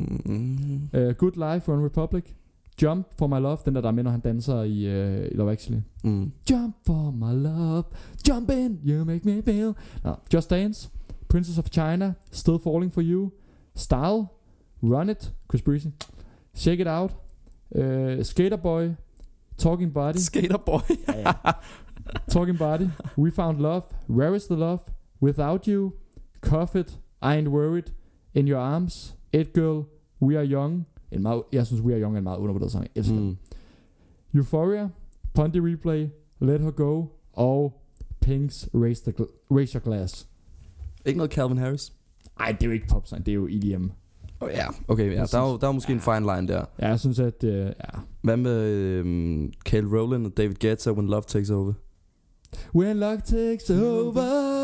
Good Life, One Republic, Jump for My Love, den der er med, når han danser i Love Actually. Jump for my love, jump in, you make me feel. Just Dance, Princess of China, Still Falling for You, Style, Run It, Chris Breezy, Shake It Out, Skater Boy, Talking Body, Skater Boy. Talking Body, We Found Love, Where Is the Love, Without You, Cuff It, I Ain't Worried, In Your Arms, It Girl, We Are Young. Jeg synes We Are Young er en meget undervurderet sang. Jeg elsker den. Euphoria, Ponty Replay, Let Her Go og Pink's Raise Your Glass. Ikke noget Calvin Harris? Ej, det er jo ikke popsang, det er jo EDM. Ja, okay, ja, der er måske en fine line der. Ja, jeg synes at Hvad med Cale Rowland og David Guetta, When Love Takes Over? When Love Takes Over.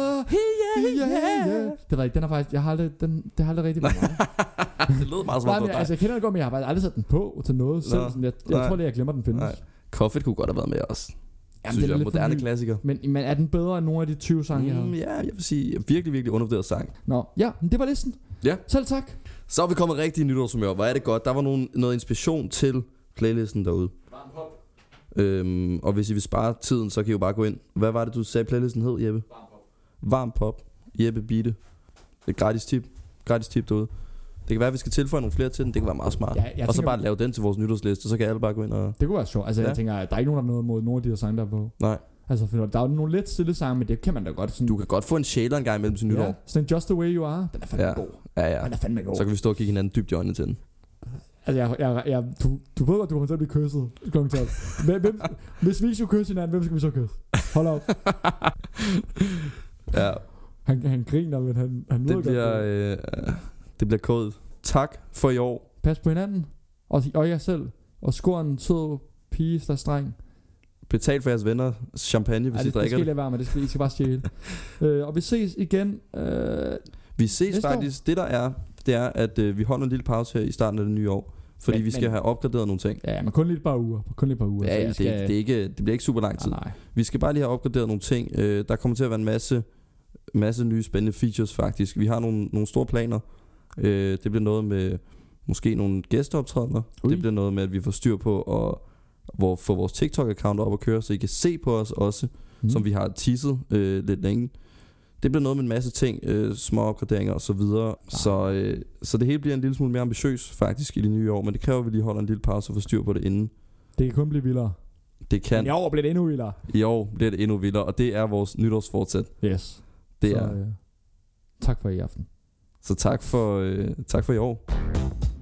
Yeah. Det var ikke, den er faktisk, det har aldrig rigtig været mig. Det lød meget som om. Altså jeg kender den godt, men jeg har faktisk aldrig sat den på til noget selv. Sådan, jeg tror det, jeg glemmer den findes. Coffee kunne godt have været med også. Jamen, synes jeg er moderne klassiker. Men er den bedre end nogle af de 20 sange, jeg havde? Ja, jeg vil sige, virkelig, virkelig undervurderet sang. Nå, ja, det var listen. Ja. Selv tak. Så er vi kommet rigtig i nytårshumør. Hvor er det godt. Der var noget inspiration til playlisten derude. Varm pop. Og hvis I vil spare tiden, så kan I jo bare gå ind. Hvad var det, du sagde playlisten hed, Jeppe? Varm pop. Jeppe Bite. Det er et gratis tip derude. Det kan være, at vi skal tilføje nogle flere til den. Det kan være meget smart. Ja, og så bare lave den til vores nytårsliste. Så kan alle bare gå ind og... Det kunne være sjovt. Altså jeg tænker, der er ikke nogen, der har noget mod nogle af de her sange, der er på. Nej. Altså der er jo nogle lidt stille sange, men det kan man da godt sådan... Du kan godt få en shader en gang imellem til nytår. Ja, sådan Just the Way You Are. Den er fandme god. Ja. Den er fandme god. Så kan vi stå og kigge hinanden dybt i øjnene til den. Altså du ved godt, du kommer til at blive kysset klokken 12. Hvis vi ikke skulle kysse hinanden, hvem skal vi så kysse? Hold op. Ja. Han griner, men han det bliver kodet. Tak for i år. Pas på hinanden. Og jeg selv. Og skår en sød pige, der er streng. Betal for jeres venner champagne, hvis I drikker det. Det skal lade være med, I skal bare stjæle. Og vi ses igen. Vi ses faktisk. År. Det er, at vi holder en lille pause her i starten af det nye år. Fordi vi skal have opgraderet nogle ting. Ja, men kun lige et par uger. Ja, det bliver ikke super lang tid. Nej. Vi skal bare lige have opgraderet nogle ting. Der kommer til at være en masse nye spændende features faktisk. Vi har nogle store planer. Det bliver noget med måske nogle gæsteoptrædener. Det bliver noget med, at vi får styr på at få vores TikTok-account op at køre, så I kan se på os også, som vi har teaset lidt længe. Det bliver noget med en masse ting, små opgraderinger og så videre. Så det hele bliver en lille smule mere ambitiøs faktisk i det nye år, men det kræver, at vi lige holder en lille pause og får styr på det inden. Det kan kun blive vildere. Men i år bliver det endnu vildere. I år bliver det endnu vildere, og det er vores nytårsfortsæt. Yes. Det er. Tak for i aften. Så tak for i år.